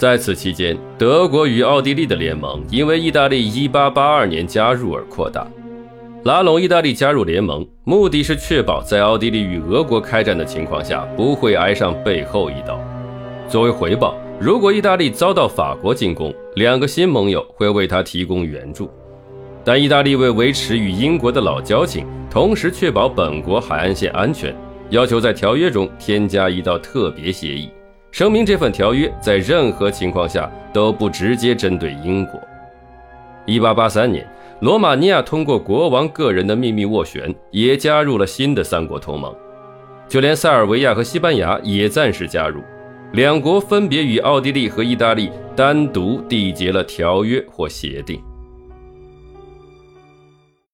在此期间，德国与奥地利的联盟因为意大利1882年加入而扩大。拉拢意大利加入联盟，目的是确保在奥地利与俄国开战的情况下不会挨上背后一刀。作为回报，如果意大利遭到法国进攻，两个新盟友会为他提供援助。但意大利为维持与英国的老交情，同时确保本国海岸线安全，要求在条约中添加一道特别协议，声明这份条约在任何情况下都不直接针对英国。1883年，罗马尼亚通过国王个人的秘密斡旋，也加入了新的三国同盟。就连塞尔维亚和西班牙也暂时加入，两国分别与奥地利和意大利单独缔结了条约或协定。